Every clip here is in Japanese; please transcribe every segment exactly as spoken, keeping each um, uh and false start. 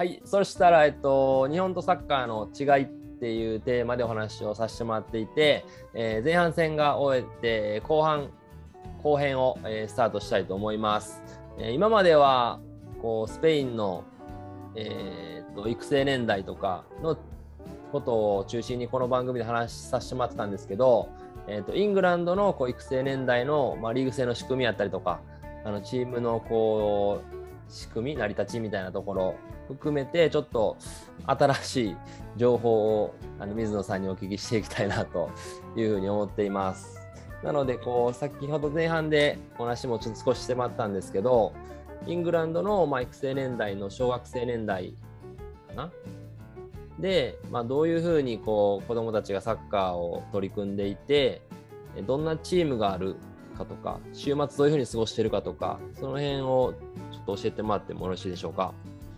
はい、そしたら、えっと、日本とサッカーの違いっていうテーマでお話をさせてもらっていて、えー前半戦が終えて後半後編を、えースタートしたいと思います。えー今まではこうスペインの、えーっと育成年代とかのことを中心にこの番組で話させてもらってたんですけど、えーっとイングランドのこう育成年代の、まあ、リーグ制の仕組みやったりとか、あのチームのこう仕組み成り立ちみたいなところ含めてちょっと新しい情報をあの水野さんにお聞きしていきたいなというふうに思っています。なのでこう先ほど前半でお話もちょっと少ししてもらったんですけど、イングランドのまあ育成年代の小学生年代かなで、まあ、どういうふうにこう子どもたちがサッカーを取り組んでいて、どんなチームがあるかとか、週末どういうふうに過ごしているかとか、その辺をちょっと教えてもらってもよろしいでしょうか。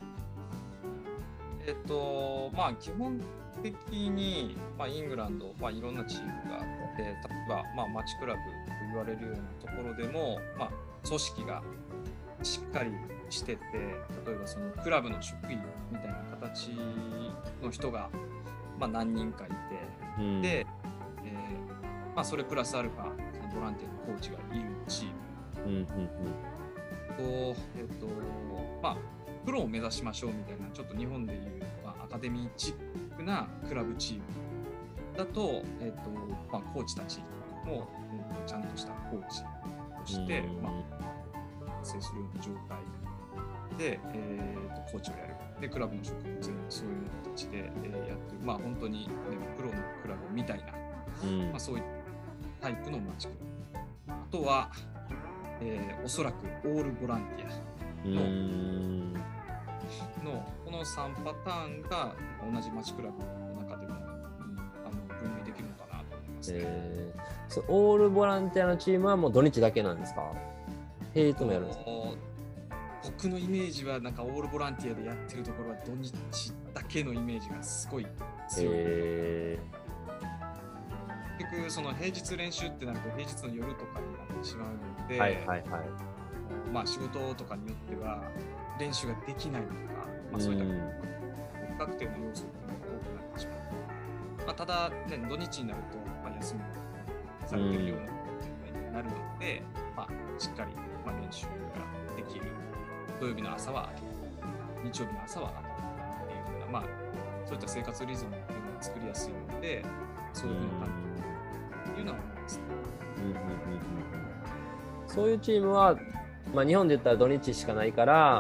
えっとまあ基本的に、まあ、イングランド、まあ、いろんなチームがあって、例えば、まあ、マッチクラブと言われるようなところでも、まあ、組織がしっかりしてて、例えばそのクラブの職員みたいな形の人が、まあ、何人かいて、うん、で、えーまあ、それプラスアルファボランティアのコーチがいるチーム、うんうんうん、とえっとまあプロを目指しましょうみたいな、ちょっと日本でいう、まあ、アカデミーチックなクラブチームだと、えっとまあ、コーチたちも、うん、ちゃんとしたコーチとして、まあ、接するような状態で、えー、とコーチをやる。で、クラブの職員も全部そういう形で、えー、やってる。まあ本当に、ね、プロのクラブみたいな、うんまあ、そういうタイプのマッチクラブ。あとは、えー、おそらくオールボランティアの、うんのこのさんパターンが同じマッチクラブの中でも、うん、あの分類できるのかなと思いますね。 えー、そオールボランティアのチームはもう土日だけなんですか？平日もやるんですか？ 僕のイメージはなんかオールボランティアでやってるところは土日だけのイメージがすごい強い。えー、結局その平日練習ってなると平日の夜とかになってしまうので、はいはいはい、まあ仕事とかによっては練習ができないとか、まあ、そういった不確定な要素が多くなってしまう。まあ、ただ、ね、土日になると、まあ、休みされてるような状態になるので、まあ、しっかり、まあ、練習ができる。土曜日の朝は日曜日の朝はっていうような、まあ、そういった生活リズムっていうのが作りやすいので、そういうふうな感じっていうのは思いますね。うんうんうんうん、 そういうチームは、まあ、日本で言ったら土日しかないから、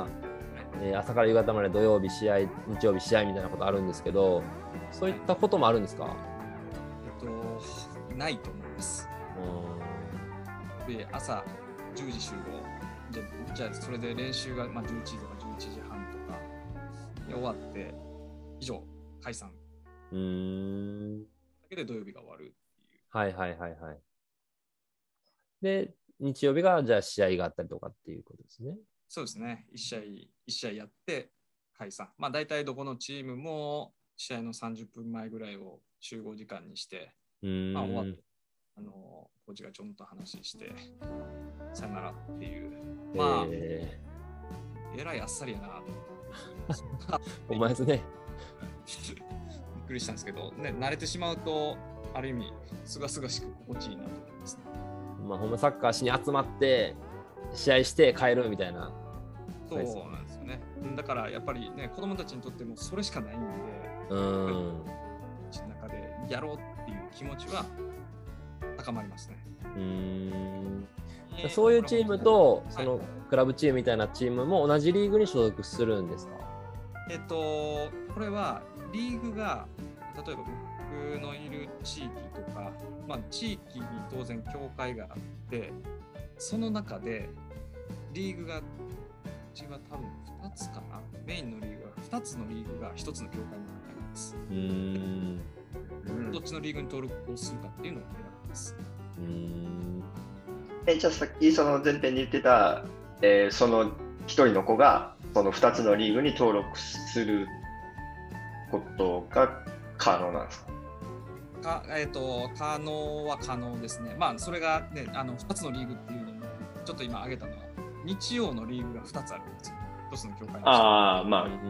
えー、朝から夕方まで土曜日試合、日曜日試合みたいなことあるんですけど、そういったこともあるんですか？ えっと、ないと思います。で、朝じゅうじ集合。じゃ, じゃあそれで練習が、まあ、じゅういちじとかじゅういちじはんとかで終わって以上解散。うーん。だけで土曜日が終わるっていう。 はいはいはいはい。で、日曜日がじゃあ試合があったりとかっていうことですね。 そうですね。いち試合、いち試合やって解散。まあ大体どこのチームも試合のさんじゅっぷんまえぐらいを集合時間にして、うーんまあ終わって、あの、コーチがちょんと話して、さよならっていう。まあ、えー、えらいあっさりやなと。 お前ですね。 びっくりしたんですけど、ね、慣れてしまうと、ある意味、すがすがしく心地いいなと思いますね。 まあ、ほんまサッカーしに集まって、試合して帰るみたいな。 そうなんですよね。だからやっぱりね、子供たちにとってもそれしかないんで、うん。の中でやろうっていう気持ちは高まりますね。うーん。 そういうチームとそのクラブチームみたいなチームも同じリーグに所属するんですか？ えっとこれはリーグが例えば僕のいる地域とか、まあ、地域に当然協会があってその中でリーグがうちは多分ふたつかなメインのリーグはふたつのリーグがひとつの協会になります。うーんどっちのリーグに登録をするかっていうのを選びます。うーんえじゃあさっきその前編に言ってた、えー、そのひとりの子がそのふたつのリーグに登録することが可能なんですか？ かえー、と可能は可能ですね。まあそれが、ね、あのふたつのリーグっていうのもちょっと今挙げたのは日曜のリーグがふたつあるんですよ。ひとつの協会に。 ああまあ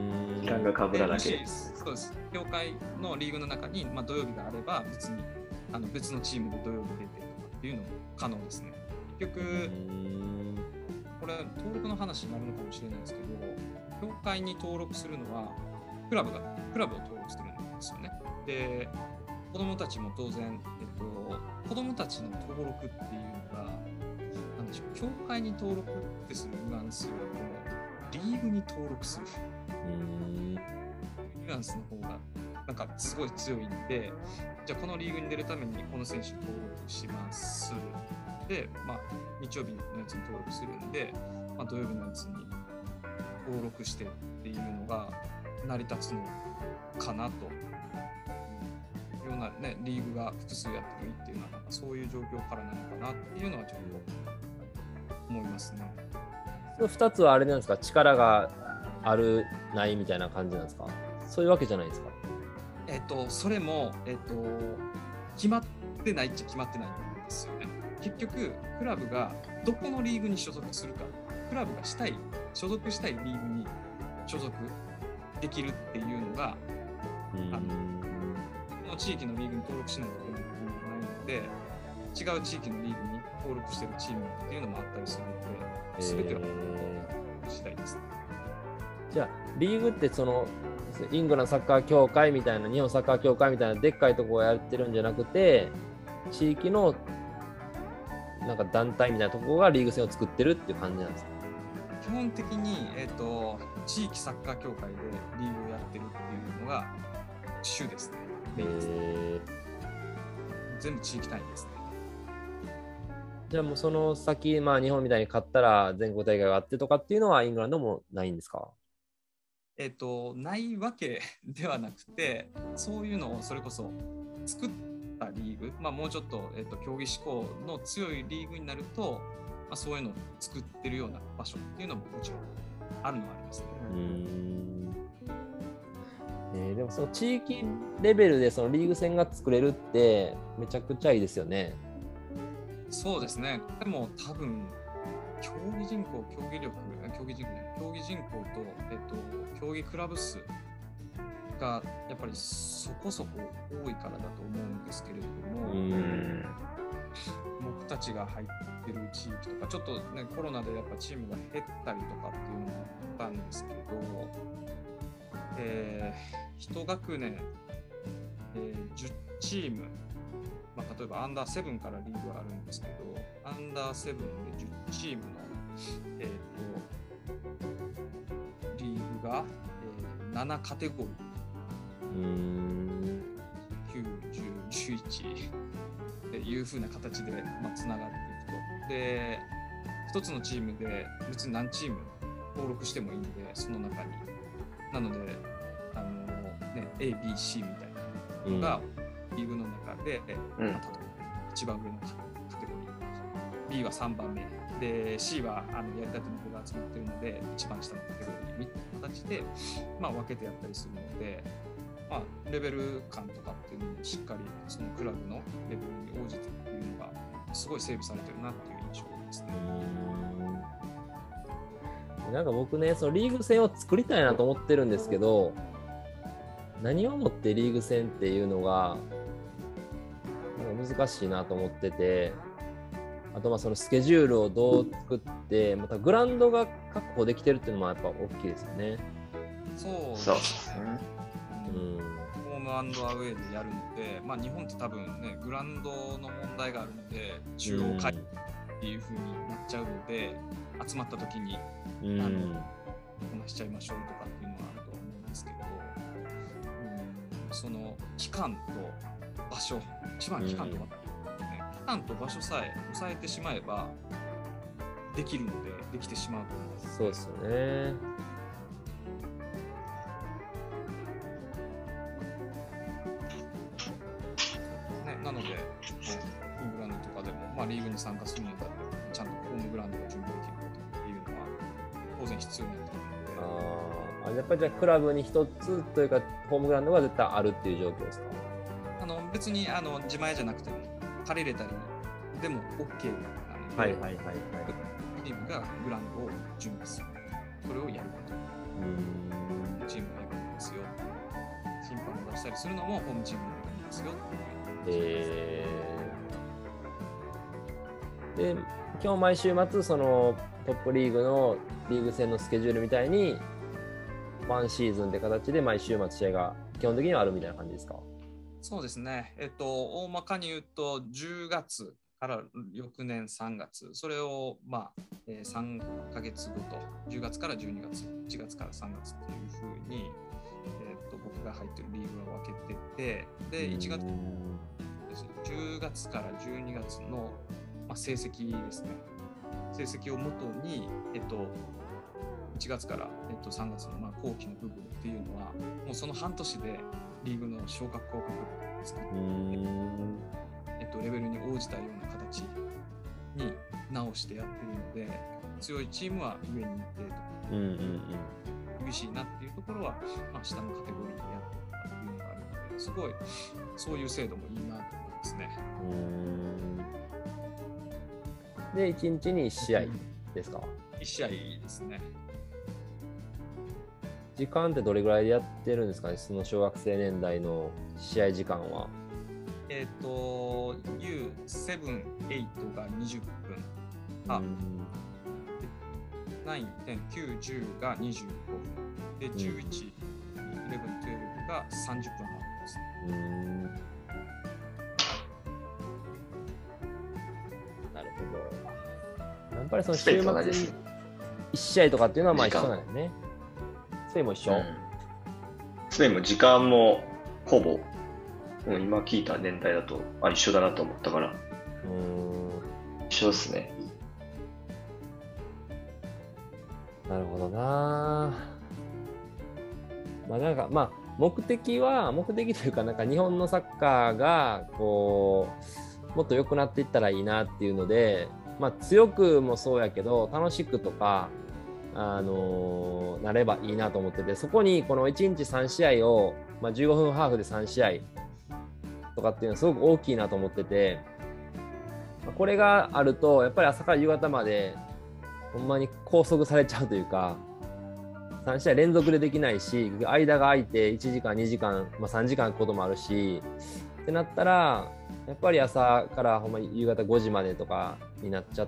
時間が被らなければ。 もしそうです。協会のリーグの中に、まあ、土曜日があれば別にあの別のチームで土曜日出てとかっていうのも可能ですね。結局これ登録の話になるのかもしれないですけど、協会に登録するのはクラブがクラブを登録するんですよね。で、子供たちも当然、えっと、子供たちの登録っていうのがなんでしょう、協会に登録ってするニュアンスよりもリーグに登録するニュアンスの方がなんかすごい強いんで、じゃあこのリーグに出るためにこの選手登録しますで、まあ、日曜日のやつに登録するんで、まあ、土曜日のやつに登録してっていうのが成り立つのかなというような、ね、リーグが複数やってもいいっていうのはなんかそういう状況からなのかなっていうのはちょっと思いますね。 ふたつはあれなんですか、力があるないみたいな感じなんですか、そういうわけじゃないですか。 えっとそれも、えっと、決まってないっちゃ決まってないんですよね。結局クラブがどこのリーグに所属するか、クラブがしたい所属したいリーグに所属できるっていうのが、うん、あのこの地域のリーグに登録しないといけないっていうのがないので、違う地域のリーグに登録しているチームっていうのもあったりするので、すべては次第ですね。 じゃあリーグってそのイングランドサッカー協会みたいな、日本サッカー協会みたいなでっかいところをやってるんじゃなくて、地域のなんか団体みたいなところがリーグ戦を作ってるっていう感じなんですか。 基本的に、えーと、地域サッカー協会でリーグをやってるっていうのが主ですね。メインですね。全部地域単位ですね。 じゃあもうその先、まあ、日本みたいに勝ったら全国大会があってとかっていうのはイングランドもないんですか。 えっと、ないわけではなくて、そういうのをそれこそ作ったリーグ、まあ、もうちょっと、えっと、競技志向の強いリーグになると、まあ、そういうのを作ってるような場所っていうのももちろんあるのはありますね。 うーん、えー、でもその地域レベルでそのリーグ戦が作れるってめちゃくちゃいいですよね。 そうですね。でも多分競技人口、競技力、競技人口、競技人口と、えっと、競技クラブ数がやっぱりそこそこ多いからだと思うんですけれども、 うーん、 僕たちが入ってる地域とか、ちょっとね、コロナでやっぱチームが減ったりとかっていうのもあったんですけど、えー、一学年、えー、じゅうチーム、まあ、例えばアンダーセブンからリーグがあるんですけど、アンダーセブンでじゅうチームの、えー、とリーグが、えー、ななカテゴリー、 うーん、 きゅう、じゅう、じゅういちっていう風な形でまあつながっていくと。で、一つのチームで別に何チーム登録してもいいんで、その中に。なので、あのね、A、B、C みたいなのが、リーグの中で、うん、一番上のカテゴリー、B はさんばんめで、C はあのやりたての子が集まっているので一番下のカテゴリーみたいな形で、まあ、分けてやったりするので、まあ、レベル感とかっていうのもしっかりそのクラブのレベルに応じてっていうのがすごい整備されてるなっていう印象ですね。 なんか僕ね、そのリーグ戦を作りたいなと思ってるんですけど、何をもってリーグ戦っていうのがなんか難しいなと思ってて、あとまあそのスケジュールをどう作って、またグラウンドが確保できてるっていうのもやっぱ大きいですよね。 そうですね。うん、ホームアンドアウェイでやるので、まあ、日本って多分ね、グラウンドの問題があるので、中央会っていう風になっちゃうので、うん、集まった時に、うん、あのこなしちゃいましょうとかっていうのはあると思うんですけど、うん、その期間と場所、一番期間とか、ね、期間と場所さえ抑えてしまえばできるので、できてしまうと思います。 そうですよね。 なので、イングランドとかでも、まあ、リーグに参加するにあたって、ちゃんとホームグラウンドが準備できることっていうのは、当然必要になってくるので。 あ、やっぱりじゃあ、クラブに一つというか、ホームグラウンドが絶対あるっていう状況ですか。 あの別にあの自前じゃなくても、借りれたりでも OK なので、 はいはいはいはい。 チームがグラウンドを準備する、それをやること。チームがやること。 をしたりするのもホームチームの中にいますよっていう。 えー、で今日毎週末そのトップリーグのリーグ戦のスケジュールみたいにワンシーズンって形で毎週末試合が基本的にはあるみたいな感じですか？ そうですね、えっと、大まかに言うとじゅうがつから翌年さんがつ、それを、まあえー、さんかげつごと、じゅうがつからじゅうにがつ、いちがつからさんがつっていうふうに、えっと、僕が入ってるリーグは分けてて、でいちがつじゅうがつからじゅうにがつの、まあ、成績ですね。成績をもとに、えっと、いちがつから、えっと、さんがつの、まあ、後期の部分っていうのは、もうその半年でリーグの昇格降格を作って、えっと、レベルに応じたような形に直してやってるので、強いチームは上に行ってとか、 うんうんうん、 厳しいなっていうところは、まあ、下のカテゴリーでやってるとかっていうのがあるので、すごいそういう制度もいいなと思いますね。 うんで、いちにちにいち試合ですか？ いち試合ですね。 時間ってどれぐらいでやってるんですかね、その小学生年代の試合時間は。 えっ、ー、と、ユーセブン、エイト がにじゅっぷん。あ、ナイン、テン、キュー、じゅうがにじゅうごふん。で、じゅういち、イレブン、じゅうにがさんじゅっぷんはんです。 うん、なるほど。やっぱりその週末にいち試合とかっていうのはまあ一緒なんですね。スペインも一緒、うん、 スペインも時間もほぼ、うん、今聞いた年代だとあ一緒だなと思ったから、うーん、一緒ですね。 なるほどな。まあなんかまあ目的は目的というかなんか日本のサッカーがこうもっと良くなっていったらいいなっていうので、まあ強くもそうやけど楽しくとか。あのー、なればいいなと思ってて、そこにこのいちにちさん試合を、まあ、じゅうごふんハーフでさん試合とかっていうのはすごく大きいなと思ってて、これがあるとやっぱり朝から夕方までほんまに拘束されちゃうというか、さん試合連続でできないし、間が空いていちじかんにじかん、まあ、さんじかん空くこともあるしってなったらやっぱり朝からほんま夕方ごじまでとかになっちゃって、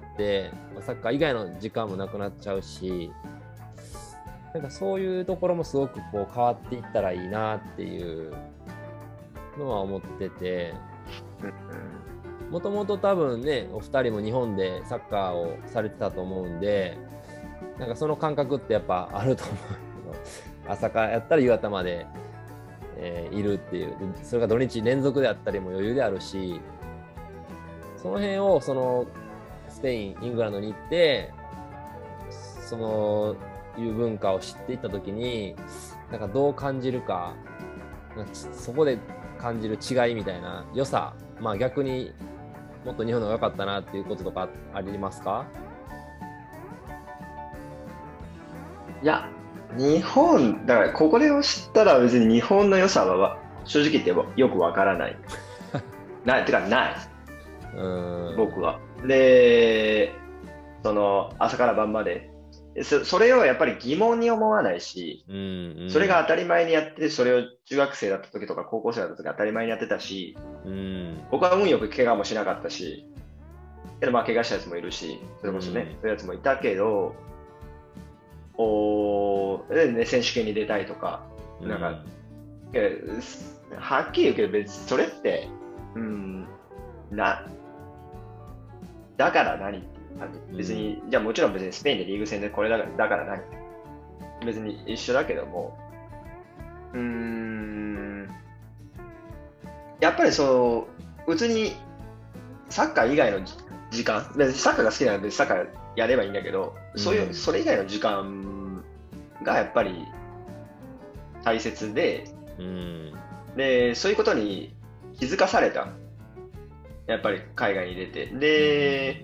サッカー以外の時間もなくなっちゃうし、なんかそういうところもすごくこう変わっていったらいいなっていうのは思ってて、もともと多分ねお二人も日本でサッカーをされてたと思うんで、なんかその感覚ってやっぱあると思うけど、朝からやったら夕方までえー、いるっていう、それが土日連続であったりも余裕であるし、その辺をそのスペイン、イングランドに行ってそのいう文化を知っていったときに、なんかどう感じるか、なんかそこで感じる違いみたいな良さ、まあ逆にもっと日本の方が良かったなっていうこととかありますか？ いや、日本、だからここで知ったら別に日本の良さは正直言ってよくわからない。ない、てかない。うーん、僕は。で、その朝から晩まで。そ, それをやっぱり疑問に思わないし、うんうん、それが当たり前にやってて、それを中学生だった時とか高校生だった時当たり前にやってたし、うん、僕は運よく怪我もしなかったし、けどまあ怪我したやつもいるし、それこそね、うん、そういうやつもいたけど、おでね、選手権に出たいとか、なんか、うん、はっきり言うけど別にそれって、うん、な、だから何別に、じゃあもちろん別にスペインでリーグ戦でこれだからだから何別に一緒だけども、うーん、やっぱりそう、普通にサッカー以外の時間、別にサッカーが好きなら別にサッカーやればいいんだけど、そういう、それ以外の時間がやっぱり大切で、うん、で、そういうことに気づかされた。やっぱり海外に出て。で、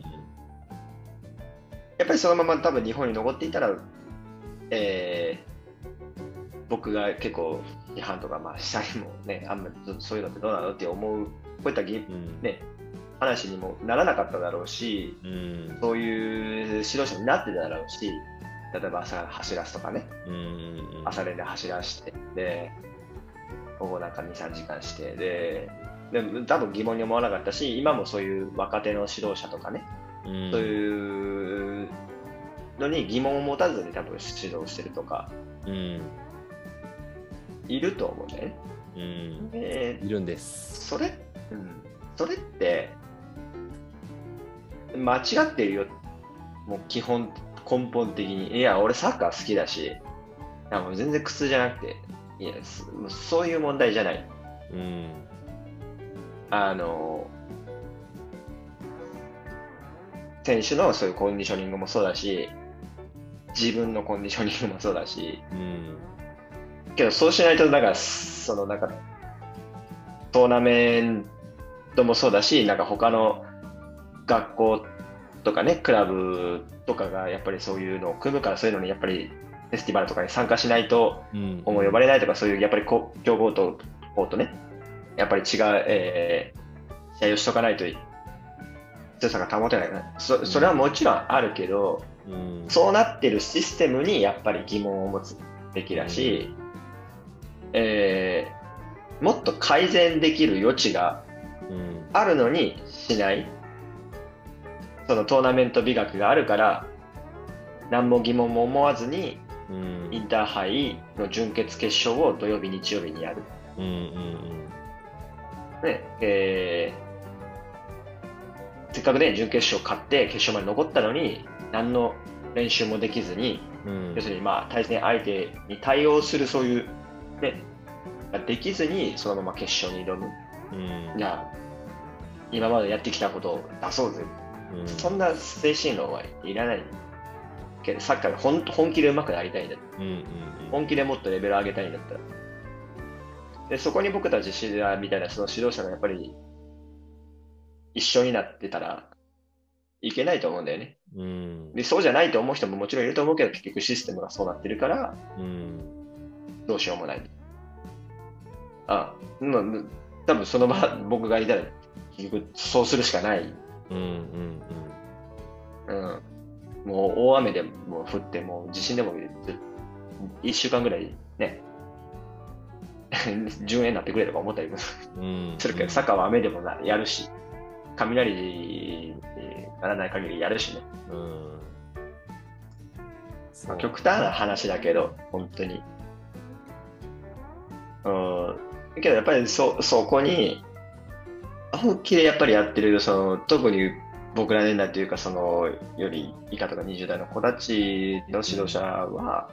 やっぱりそのまま多分日本に残っていたら、えー、僕が結構批判とか、まあ、したりもね、あんまりそういうのってどうなのって思う、こういったぎ、うん、ね、話にもならなかっただろうし、うん、そういう指導者になってただろうし、例えば朝走らすとかね、うん、朝練で走らして、で、 午後なんかに、さんじかんして、で、で多分疑問に思わなかったし、今もそういう若手の指導者とかね、 うん、 そういうのに疑問を持たずに多分指導してるとか、 うん、 いると思うんだよね。 うん、 でいるんです。 それ、うん、それって間違ってるよ。もう基本根本的に。いや、俺サッカー好きだし、いやもう全然苦痛じゃなくて、いや、そそういう問題じゃない。 うん、 あの、選手のそういうコンディショニングもそうだし、自分のコンディショニングもそうだし、 うん、 けどそうしないと、なんか、そのなんか、トーナメントもそうだし、なんか他の学校とかね、クラブとかがやっぱりそういうのを組むから、そういうのにやっぱりフェスティバルとかに参加しないと、 うん、 もう呼ばれないとか、そういうやっぱりこ強豪と方とね、やっぱり違う、えー、試合をしとかないと強さが保てないかな。そ, それはもちろんあるけど、 うん、 そうなってるシステムにやっぱり疑問を持つべきだし、うんえー、もっと改善できる余地があるのにしない。そのトーナメント美学があるから何も疑問も思わずに、うん、インターハイの準決決勝を土曜日日曜日にやる、うんうんうんねえー、せっかくね準決勝勝って決勝まで残ったのに何の練習もできずに、うん、要するにまあ対戦相手に対応するそういうねできずにそのまま決勝に挑む、うん、じゃあ今までやってきたことを出そうぜ、うん、そんな精神論はいらないけど、サッカーが本本気で上手くなりたいんだ、うんうんうん、本気でもっとレベル上げたいんだったらでそこに僕たち指導みたいなその指導者がやっぱり一緒になってたらいけないと思うんだよね、うん、でそうじゃないと思う人ももちろんいると思うけど結局システムがそうなってるから、うん、どうしようもないあ、うん、多分その場僕がいたら結局そうするしかない、うんうんうんうん、もう大雨でも降っても地震でもいっしゅうかんぐらいね順延になってくれとか思ったりもするけど、サッカーは雨でもなやるし雷にならない限りやるしね、うんまあ、極端な話だけど本当にうんけどやっぱり そ, そこに本気でやっぱりやってるその特に僕ら年代というかそのより以下とかにじゅう代の子たちの指導者は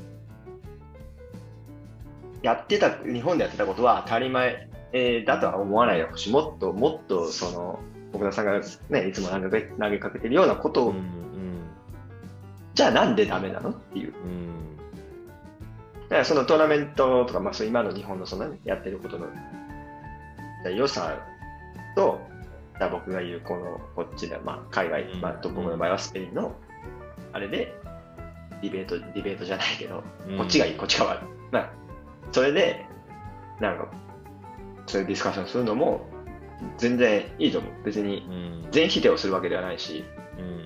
やってた日本でやってたことは当たり前、えー、だとは思わないでほしい。もっともっとその僕田さんが、ね、いつも投げ投げかけてるようなことを、うんうん、じゃあなんでダメなのっていう、うん、だからそのトーナメントとか、まあ、そう今の日本のその、ね、やってることの良さと僕が言うこのこっちで、まあ、海外、まあ、僕の場合はスペインのあれでディベートディベートじゃないけど、うん、こっちがいいこっちが悪い、まあ、それでなんかそういうディスカッションするのも全然いいと思う。別に全否定をするわけではないし、うんうんうん、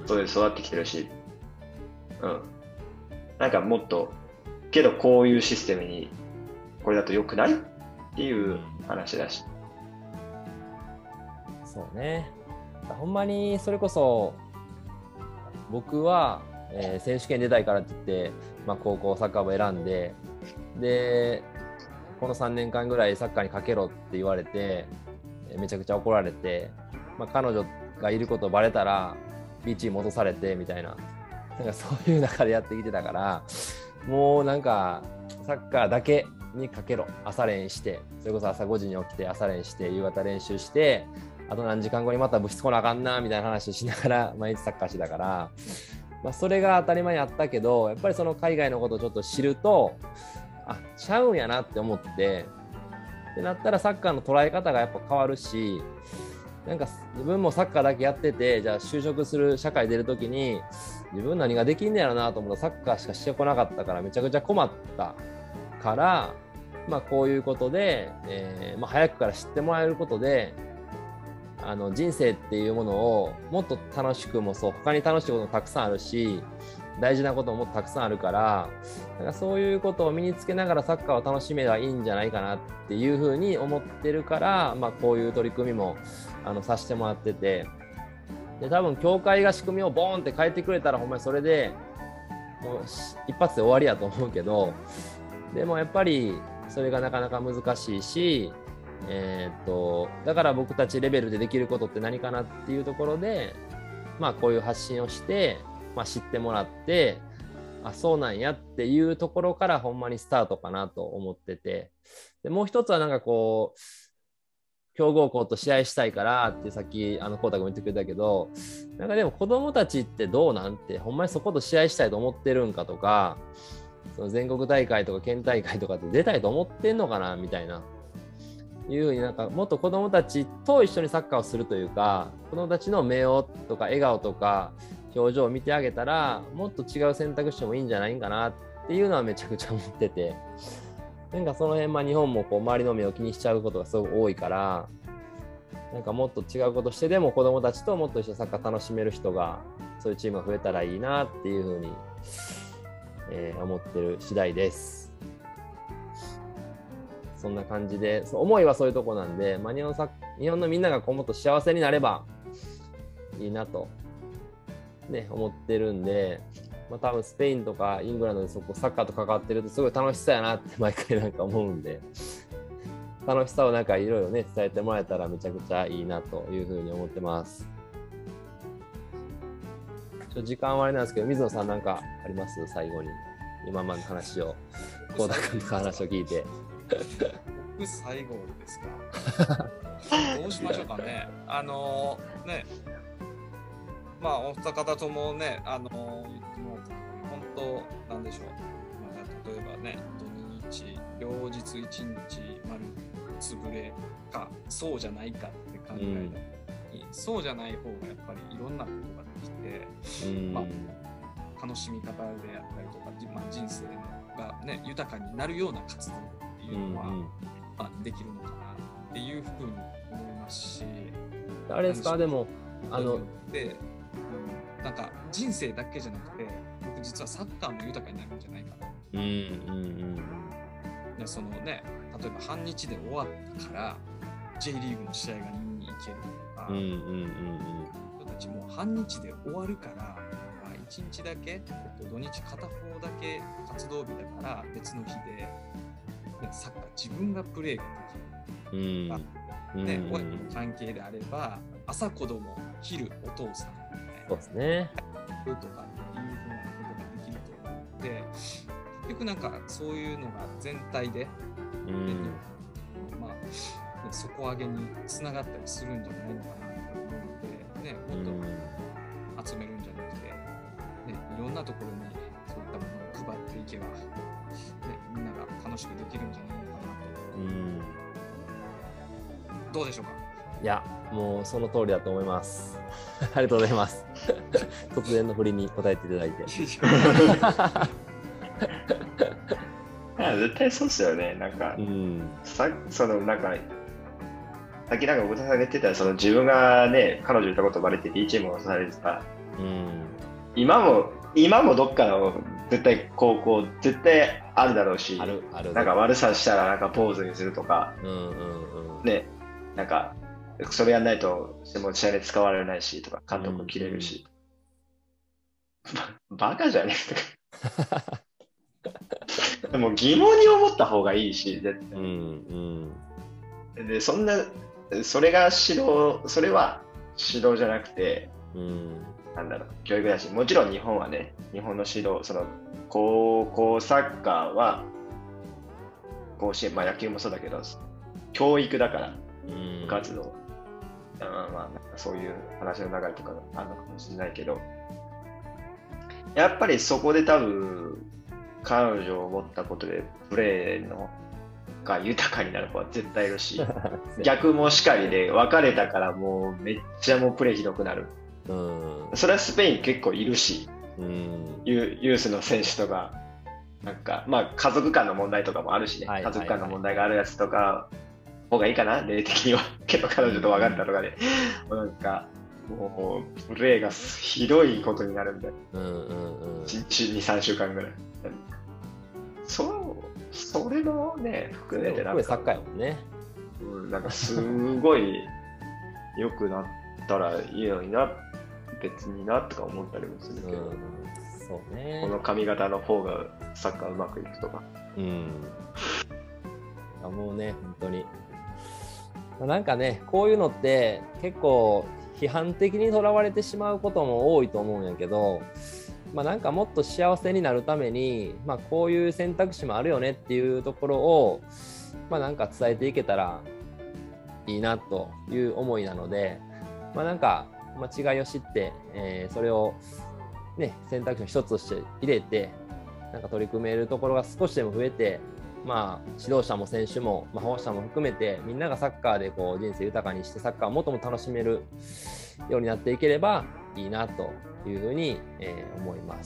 それで育ってきてるし、うん、なんかもっとけどこういうシステムにこれだと良くないっていう話だし、 そうね。ほんまにそれこそ僕は、えー、選手権出たいからって言って、まあ、高校サッカー部選んででこのさんねんかんぐらいサッカーにかけろって言われてめちゃくちゃ怒られて、まあ、彼女がいることをバレたらビーチに戻されてみたいな、なんかそういう中でやってきてたからもうなんかサッカーだけにかけろ、朝練してそれこそ朝ごじに起きて朝練して夕方練習してあと何時間後にまた部室来なあかんなみたいな話をしながら毎日サッカーしてたから、まあ、それが当たり前にあったけどやっぱりその海外のことをちょっと知るとあちゃうんやなって思ってってなったらサッカーの捉え方がやっぱ変わるし、なんか自分もサッカーだけやっててじゃあ就職する社会出るときに自分何ができんねやろなと思ったらサッカーしかしてこなかったからめちゃくちゃ困ったから、まあ、こういうことで、えーまあ、早くから知ってもらえることであの人生っていうものをもっと楽しくもそう他に楽しいこともたくさんあるし、 大事なことももっとたくさんあるから、なんかそういうことを身につけながらサッカーを楽しめばいいんじゃないかなっていうふうに思ってるから、まあ、こういう取り組みもあのさせてもらってて、で多分協会が仕組みをボーンって変えてくれたらほんまにそれでもう一発で終わりやと思うけど、でもやっぱりそれがなかなか難しいし、えー、っとだから僕たちレベルでできることって何かなっていうところで、まあ、こういう発信をして、まあ、知ってもらって、あ、そうなんやっていうところからほんまにスタートかなと思ってて、でもう一つはなんかこう強豪校と試合したいからってさっきあのコウタ君も言ってくれたけど、なんかでも子供たちってどうなんてほんまにそこと試合したいと思ってるんかとか、その全国大会とか県大会とかって出たいと思ってんのかなみたいな、いうふうになんかもっと子供たちと一緒にサッカーをするというか、子供たちの目をとか笑顔とか表情を見てあげたらもっと違う選択肢もいいんじゃないかなっていうのはめちゃくちゃ思ってて、なんかその辺、まあ、日本もこう周りの目を気にしちゃうことがすごく多いから、なんかもっと違うことしてでも子どもたちともっと一緒にサッカー楽しめる人が、そういうチームが増えたらいいなっていうふうに、えー、思ってる次第です。そんな感じで、そう思いはそういうとこなんで、まあ、日本サ日本のみんながこうもっと幸せになればいいなと、ね、思ってるんで、まあ、多分スペインとかイングランドでそこサッカーと関わってるとすごい楽しそうやなって毎回なんか思うんで、楽しさをなんかいろいろね伝えてもらえたらめちゃくちゃいいなというふうに思ってます。ちょっと時間はあれなんですけど、水野さんなんかあります？最後に今までの話を、コウタ君の話を聞いて。 僕最後ですか。どうしましょうかね。あのー、ね、まあお二方ともね、あのー、言ってもらった本当なんでしょう。まあ、例えばね、土日両日一日丸潰れかそうじゃないかって考えた時に、うん、そうじゃない方がやっぱりいろんなことができて、うん、まあ、楽しみ方であったりとか、まあ、人生がね豊かになるような活動っていうのは、うん、まあ、できるのかなっていうふうに思いますし、 あれですか、でもあので、うん、なんか人生だけじゃなくて僕実はサッカーも豊かになるんじゃないかな。うんうんうん、でそのね、例えば半日で終わったから J リーグの試合が見に行けるとか、うんうんうんうん、人たちも半日で終わるから、まあ、いちにちだけ、えっと、土日片方だけ活動日だから別の日で、ね、サッカー自分がプレーができるとか、うんね、親子の関係であれば朝子供、昼お父さんみたいな、 そうですね、 とかっていうふうなことができると思うので、結局なんかそういうのが全体で、うん、まあ、底上げにつながったりするんじゃないのかなと思うので、ね、もっと集めるんじゃなくて、ね、いろんなところにそういったものを配っていけば、ね、みんなが楽しくできるんじゃないのかなと、うん、どうでしょうか。 いや、もうその通りだと思います。ありがとうございます。突然の振りに答えていただいて。 絶対そうですよね。なんか、うん、さそのなんかさっきなんか小田さんが言ってたその自分がね彼女いたことバレて B チームをされてた、うん、今も今もどっかの絶対高校絶対あるだろうし、あるあるなんか悪さしたらなんかポーズにするとか、うんうんうん、ね、なんかそれやんないとしても試合で使われないしとか監督切れるし、うんうん、バカじゃねえか。でも疑問に思った方がいいし、絶対。うんうん、で、そんな、それが指導、それは指導じゃなくて、うん、なんだろう、教育だし、もちろん日本はね、日本の指導、その高校サッカーは、甲子園、まあ野球もそうだけど、教育だから、部活動、うん、まあ、そういう話の流れとかがあるのかもしれないけど、やっぱりそこで多分、彼女を持ったことでプレーのが豊かになる子は絶対いるし逆もしかりで別れたからもうめっちゃもうプレーひどくなる、うん、それはスペイン結構いるし、うん、ユ, ユースの選手とかなんかまあ家族間の問題とかもあるしね、はいはいはい、家族間の問題があるやつとか方がいいかな例的にはけど彼女と別れたとかで、うん、なんかもうプレーがひどいことになるんで、 うんうんうん、 に、さんしゅうかんぐらい。そう、それもね、含めてなんか、 サッカーやもんね。 うん、なんかすごい良くなったらいいのにな、別になとか思ったりもするけど、うん、 そうね、 この髪型の方がサッカーうまくいくとか。 うん。もうね、本当に。なんかね、こういうのって結構批判的にとらわれてしまうことも多いと思うんやけど、まあ、なんかもっと幸せになるために、まあ、こういう選択肢もあるよねっていうところを、まあ、なんか伝えていけたらいいなという思いなので、まあ、なんか違いを知って、えー、それを、ね、選択肢の一つとして入れてなんか取り組めるところが少しでも増えて、まあ、指導者も選手も、まあ、保護者も含めてみんながサッカーでこう人生豊かにしてサッカーをもっとも楽しめるようになっていければいいなというふうに、えー、思います。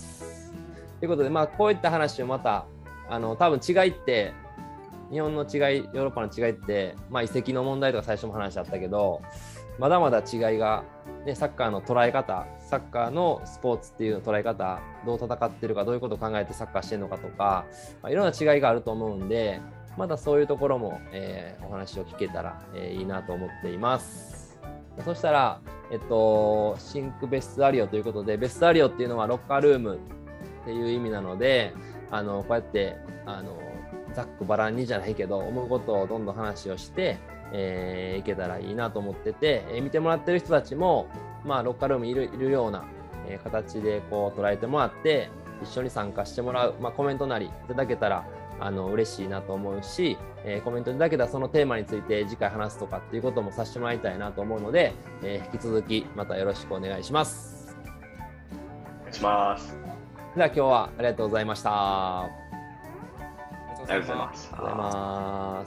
ということで、まあ、こういった話をまたあの多分違いって日本の違いヨーロッパの違いって、まあ、移籍の問題とか最初も話あったけどまだまだ違いが、ね、サッカーの捉え方サッカーのスポーツっていう捉え方どう戦ってるかどういうことを考えてサッカーしてるのかとか、まあ、いろんな違いがあると思うんでまだそういうところも、えー、お話を聞けたら、えー、いいなと思っています。そしたら、えっと、シンクベストアリオということでベストアリオっていうのはロッカールームっていう意味なのであのこうやってあのざっくばらんにじゃないけど思うことをどんどん話をしてえー、いけたらいいなと思ってて、えー、見てもらってる人たちも、まあ、ロッカールームにいる、いるような、えー、形でこう捉えてもらって一緒に参加してもらう、まあ、コメントなりいただけたらあの嬉しいなと思うし、えー、コメントいただけたらそのテーマについて次回話すとかっていうこともさせてもらいたいなと思うので、えー、引き続きまたよろしくお願いします。 お願いします。 では今日はありがとうございました。 ありがとうございます。 ありがとうございます。